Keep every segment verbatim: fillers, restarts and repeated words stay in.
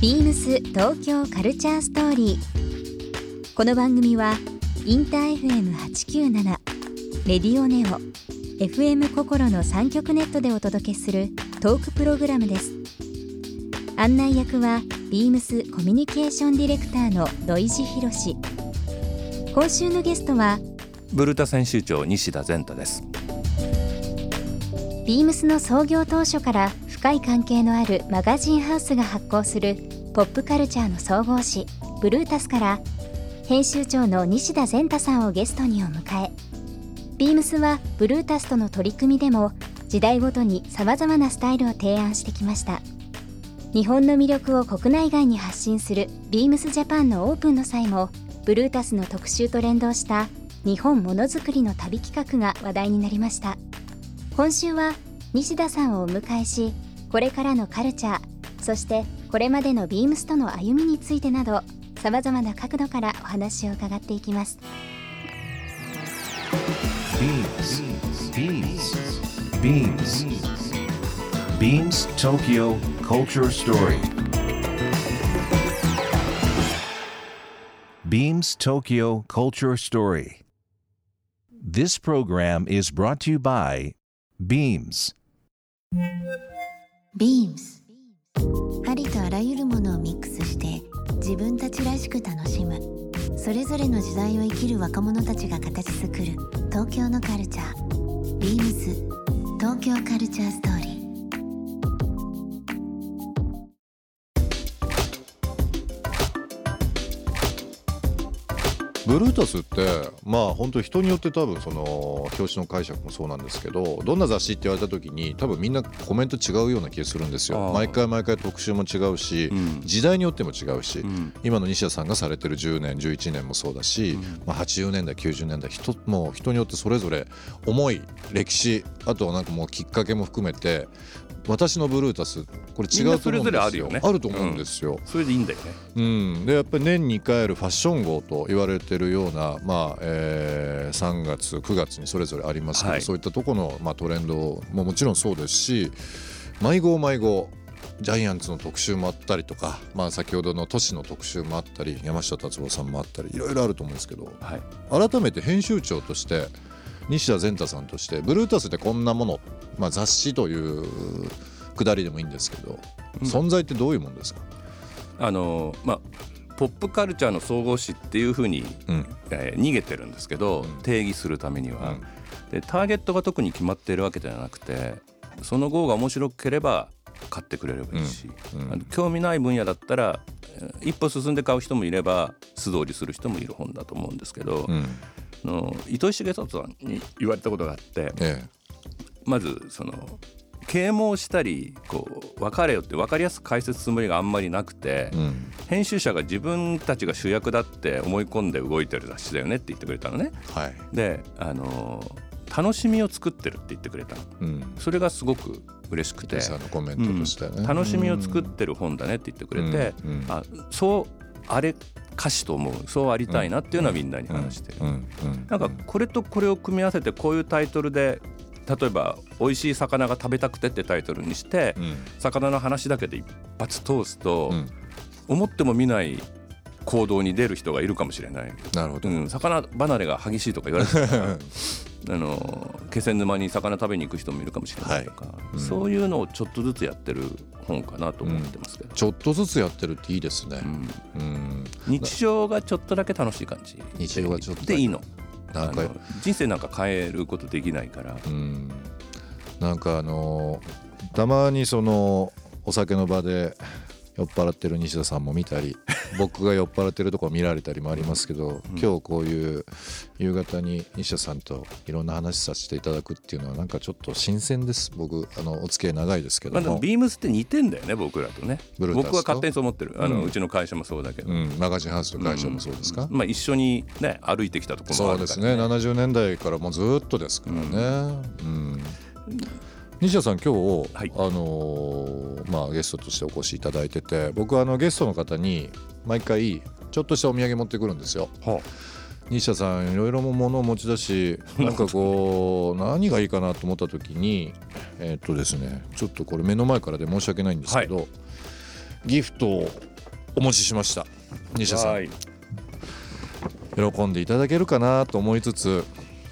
ビームス東京カルチャーストーリー。この番組はインター エフエムはちきゅうなな、レディオネオ、エフエム 心のさん局ネットでお届けするトークプログラムです。案内役はビームスコミュニケーションディレクターの土井博志。今週のゲストはブルタ編集長西田善太です。 ビームスの創業当初から深い関係のあるマガジンハウスが発行するポップカルチャーの総合誌ブルータスから編集長の西田善太さんをゲストにお迎え、ビームスはブルータスとの取り組みでも時代ごとにさまざまなスタイルを提案してきました。日本の魅力を国内外に発信するビームスジャパンのオープンの際もブルータスの特集と連動した日本ものづくりの旅企画が話題になりました。今週は西田さんをお迎えし、これからのカルチャー、そしてこれまでのビームスとの歩みについてなどさまざまな角度からお話を伺っていきます。 ビームス ビームス ビームス Tokyo Culture Story Beams Tokyo Culture Story. This program is brought to you by Beams. Beams ありとあらゆるものをミックスして自分たちらしく楽しむ、それぞれの時代を生きる若者たちが形作る東京のカルチャー。 Beams 東京カルチャーストーリー。 ブルータスってまあ本当人によって多分その表紙の解釈もそうなんですけど、どんな雑誌って言われた時に多分みんなコメント違うような気がするんですよ。毎回毎回特集も違うし、うん、時代によっても違うし、うん、今の西田さんがされてるじゅうねんじゅういちねんもそうだし、うんまあ、はちじゅうねんだいきゅうじゅうねんだい 人, もう人によってそれぞれ思い、歴史、あとはなんかもうきっかけも含めて私のブルータスこれ違うと思うんですよ。みんなそれぞれあるよね。あると思うんですよ、 うん、それでいいんだよね、 うん、でやっぱり年にかいあるファッション号と言われてるような、まあえー、さんがつくがつにそれぞれありますけど、はい、そういったところの、まあ、トレンドももちろんそうですし、毎号毎号ジャイアンツの特集もあったりとか、まあ、先ほどの都市の特集もあったり、山下達郎さんもあったり、いろいろあると思うんですけど、はい、改めて編集長として西田善太さんとしてブルータスってこんなもの、まあ、雑誌というくだりでもいいんですけど、うん、存在ってどういうものですか？ あのまあポップカルチャーの総合誌っていうふうに、うんえー、逃げてるんですけど、うん、定義するためには、うん、でターゲットが特に決まっているわけではなくて、その号が面白ければ買ってくれればいいし、うんうん、あの興味ない分野だったら一歩進んで買う人もいれば素通りする人もいる本だと思うんですけど、うん、の糸井重里さんに言われたことがあって、ええ、まずその啓蒙したりこう分かれよって分かりやすく解説するつもりがあんまりなくて、うん、編集者が自分たちが主役だって思い込んで動いてる雑誌だよねって言ってくれたのね、はい、で、あのー、楽しみを作ってるって言ってくれたの、うん、それがすごく嬉しくて、 さんのコメントとしてね、 うん、楽しみを作ってる本だねって言ってくれて、うんうん、あそうあれ歌詞と思う、そうありたいなっていうのはみんなに話してる、うんうんうん、なんかこれとこれを組み合わせてこういうタイトルで、例えば美味しい魚が食べたくてってタイトルにして、うん、魚の話だけで一発通すと、うん、思っても見ない行動に出る人がいるかもしれない。なるほど、うん、魚離れが激しいとか言われてたらあの気仙沼に魚食べに行く人もいるかもしれないとか、はいうん、そういうのをちょっとずつやってる本かなと思ってますけど、うん、 ちょっとずつやってるっていいですね、うんうん、日常がちょっとだけ楽しい感じ日常がちょっとだけでいいの。なんか人生なんか変えることできないから、うん、 なんかあのたまにそのお酒の場で酔っ払ってる西田さんも見たり僕が酔っ払ってるとこ見られたりもありますけど、うん、今日こういう夕方に西田さんといろんな話させていただくっていうのはなんかちょっと新鮮です。僕あのお付き合い長いですけども、 まあ、ビームスって似てんだよね僕らとね。僕は勝手にそう思ってる。あの、うん、うちの会社もそうだけど、うん、 マガジンハウスの会社もそうですか、 うんまあ、一緒に、ね、歩いてきたところもあるから、ね、 そうですね。ななじゅうねんだいからもうずっとですからね、うんうん西田さん今日、はいあのーまあ、ゲストとしてお越しいただいてて、僕はあのゲストの方に毎回ちょっとしたお土産持ってくるんですよ、はあ、西田さんいろいろも物を持ち出しなんかこう何がいいかなと思った時にえーっとですねちょっとこれ目の前からで申し訳ないんですけど、はいギフトをお持ちしました。西田さん、喜んでいただけるかなと思いつつ、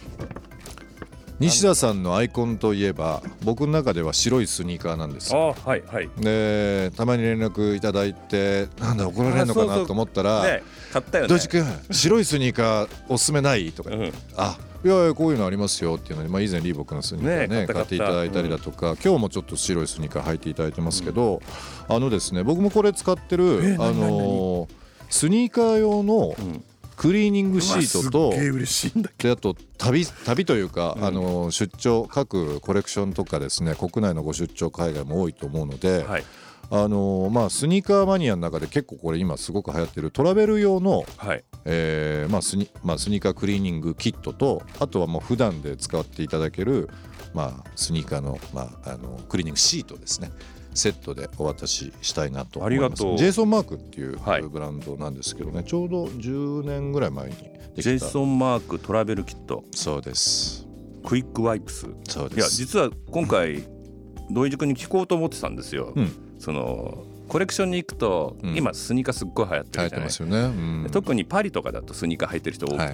西田さんのアイコンといえば僕の中では白いスニーカーなんですよ。 あ、はいはい、 でたまに連絡いただいて、なんだ怒られるのかなと思ったら、 ね、買ったよね、 土地君白いスニーカーおすすめないとか、うん、あいやいやこういうのありますよっていうので、まあ、以前リーボックのスニーカーね、ね買っていただいたりだとか、うん、今日もちょっと白いスニーカー履いていただいてますけど、うん、あのですね僕もこれ使ってる、あのー、スニーカー用の、うんクリーニングシートと、であと旅旅というか、うん、あの出張各コレクションとかですね、国内のご出張海外も多いと思うので、はい、あのまあ、スニーカーマニアの中で結構これ今すごく流行ってるトラベル用の、はいえーまあ スニまあ、スニーカークリーニングキットと、あとはもう普段で使っていただける、まあ、スニーカーの、まあ、あのクリーニングシートですね、セットでお渡ししたいなと思います。ありがとう。ジェイソンマークっていうブランドなんですけどね、はい、ちょうどじゅうねんぐらい前にできたジェイソンマークトラベルキット。 そうです。 クイックワイプス。 そうです。 いや実は今回土井塾に聞こうと思ってたんですよ、うん、そのコレクションに行くと、うん、今スニーカーすっごい流行ってるじゃないですか、ねうん、特にパリとかだとスニーカー履いてる人多くて、はいはい、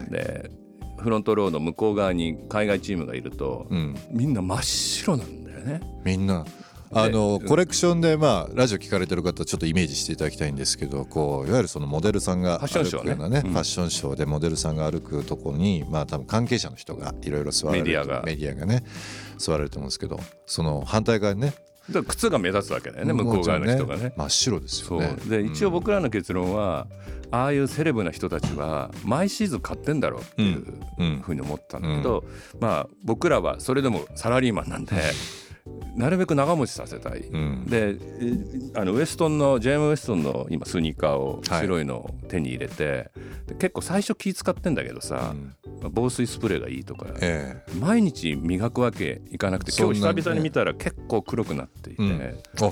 でフロントローの向こう側に海外チームがいると、うん、みんな真っ白なんだよね。 みんなあのコレクションで、まあ、ラジオ聞かれてる方ちょっとイメージしていただきたいんですけど、こういわゆるそのモデルさんが歩くようなね、ファッションショーでモデルさんが歩くとこに、まあ多分関係者の人がいろいろ座られる、メディアがメディアがね座られると思うんですけど、その反対側にねだから靴が目立つわけだよね、向こう側の人が ね, ね真っ白ですよね。 そうで一応僕らの結論は、うん、ああいうセレブな人たちは毎シーズン買ってんだろうっていうふうに思ったんだけど、うん、まあ僕らはそれでもサラリーマンなんでなるべく長持ちさせたい、うん、であのウエストンのジェーム・ウエストンの今スニーカーを白いのを手に入れて、はい、結構最初気使ってんだけどさ、うん、防水スプレーがいいとか、えー、毎日磨くわけいかなくて、今日久々に見たら結構黒くなっていて、うん、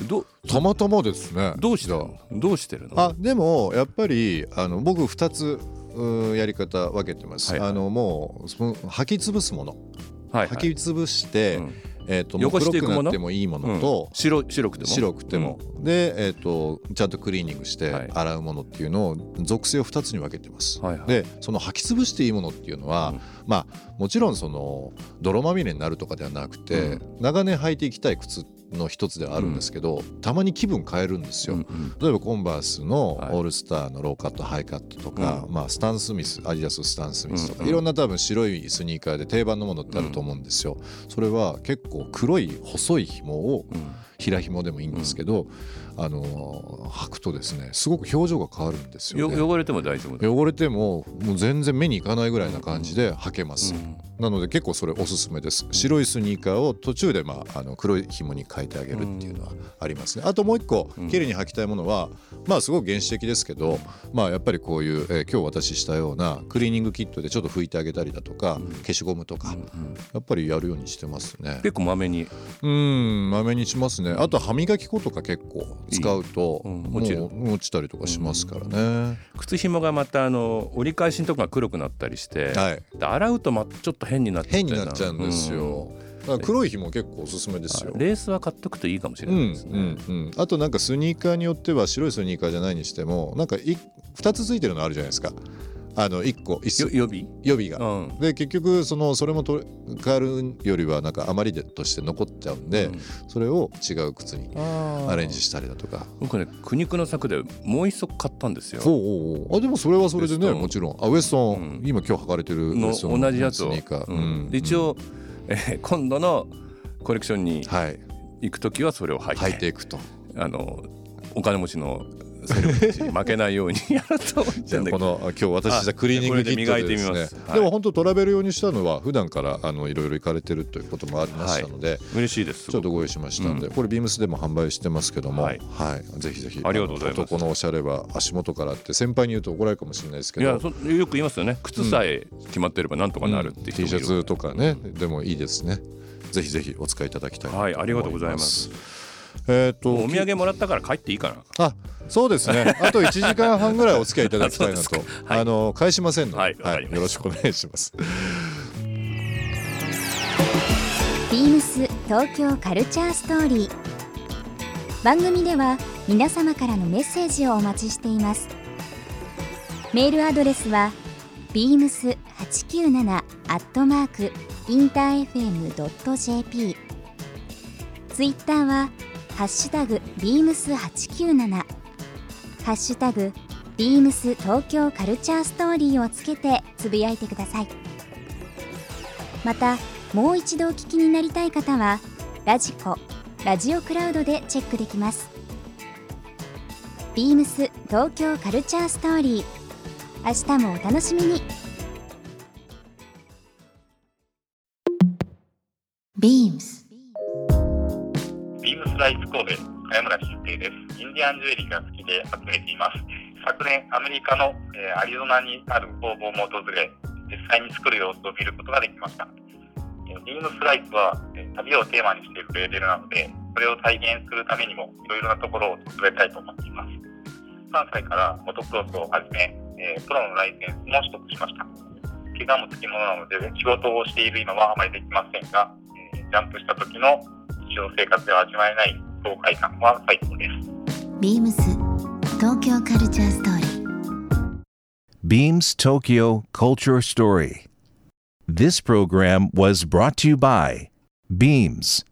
どたまたまですね。 どうしてるのどうしてるのあでもやっぱりあの僕ふたつやり方分けてます、はいはい、あのもうその履き潰すもの、はいはい、履き潰して、うんえー、ともう黒くなってもいいものと、 うん、白, 白くても白くても、うん、で、えー、とちゃんとクリーニングして洗うものっていうのを属性をふたつに分けてます、はいはい、でその履き潰していいものっていうのは、うん、まあもちろんその泥まみれになるとかではなくて、うん、長年履いていきたい靴の一つではあるんですけど、うん、たまに気分変えるんですよ、うんうん、例えばコンバースのオールスターのローカットハイカットとか、うんまあ、スタンスミスアディダススタンスミスとか、うんうん、いろんな多分白いスニーカーで定番のものってあると思うんですよ、うん、それは結構黒い細い紐を、うん平紐でもいいんですけど、うん、あの履くとですねすごく表情が変わるんですよね。 汚れても大丈夫？ 汚れてももう全然目にいかないぐらいな感じで履けます、うん、なので結構それおすすめです。白いスニーカーを途中で、まあ、あの黒い紐に変えてあげるっていうのはありますね。あともう一個綺麗に履きたいものは、まあすごく原始的ですけど、まあやっぱりこういう、えー、今日私したようなクリーニングキットでちょっと拭いてあげたりだとか、うん、消しゴムとか、うんうん、やっぱりやるようにしてますね。 結構まめにうんまめにしますね。あと歯磨き粉とか結構使うといい、うん、落ちる落ちたりとかしますからね、うん、 靴紐がまたあの折り返しのとこが黒くなったりして、はい、で洗うとまちょっと変になっちゃ変になっちゃうんですよ、うんだから黒い紐結構おすすめですよ。 レースは買っとくといいかもしれないですね、うんうんうん、あとなんかスニーカーによっては白いスニーカーじゃないにしてもなんかふたつついてるのあるじゃないですか。あのいっこ予備予備が、うん、で結局そのそれもと変わるよりはなんか余りでとして残っちゃうんで、うん、それを違う靴にアレンジしたりだとか。 僕ね苦肉の策でもう一足買ったんですよ。 おうおうおうあでもそれはそれでねもちろんあウエストン、うん、今今日履かれてるウエストンの同じやつをスニーカー、 うん、で一応、えー、今度のコレクションに行くときはそれを履いて、 履いていくとあのお金持ちのセレブたちに負けないようにやると思ってんだけどこの今日私したクリーニングキットでですね、で, でも本当トラベル用にしたのは普段からあのいろいろ行かれてるということもありましたので、はい、 嬉しいです。 ちょっとご用意しましたので、うん、これビームスでも販売してますけども、はいはい、ぜひぜひありがとうございます。 男のおしゃれは足元からって先輩に言うと怒られるかもしれないですけど、いやそよく言いますよね。靴さえ決まってればなんとかなるって人もいる、うん、T シャツとかねでもいいですね。ぜひぜひお使いいただきたいと思います。はい、ありがとうございます。えー、とお土産もらったから帰っていいかな。 あそうですねあといちじかんはんぐらいお付き合いいただきたいなとはい、あの返しませんので、はいはい、よろしくお願いします。 ビームス東京カルチャーストーリー番組では皆様からのメッセージをお待ちしています。メールアドレスは ビームスはちきゅうなな アットマーク インターエフエム ドット ジェーピー、 ツイッターはハッシュタグ ビームスはちきゅうなな、 ハッシュタグ ビームス 東京カルチャーストーリーをつけてつぶやいてください。またもう一度お聞きになりたい方はラジコ、ラジオクラウドでチェックできます。ビームス 東京カルチャーストーリー、明日もお楽しみに。 ビームスビームスライツ神戸、茅村修平です。インディアンジュエリーが好きで集めています。昨年アメリカの、えー、アリゾナにある工房も訪れ、実際に作る様子を見ることができました。えー、ビームスライツは、えー、旅をテーマにしているレーベルなので、それを体現するためにもいろいろなところを訪れたいと思っています。さんさいからモトクロスを始め、えー、プロのライセンスも取得しました。怪我もつきものなので仕事をしている今はあまりできませんが、えー、ジャンプした時の日常生活では味わえない爽快感は最高です。 ビームス東京カルチャーストーリー Beams Tokyo Culture Story. This program was brought to you by Beams.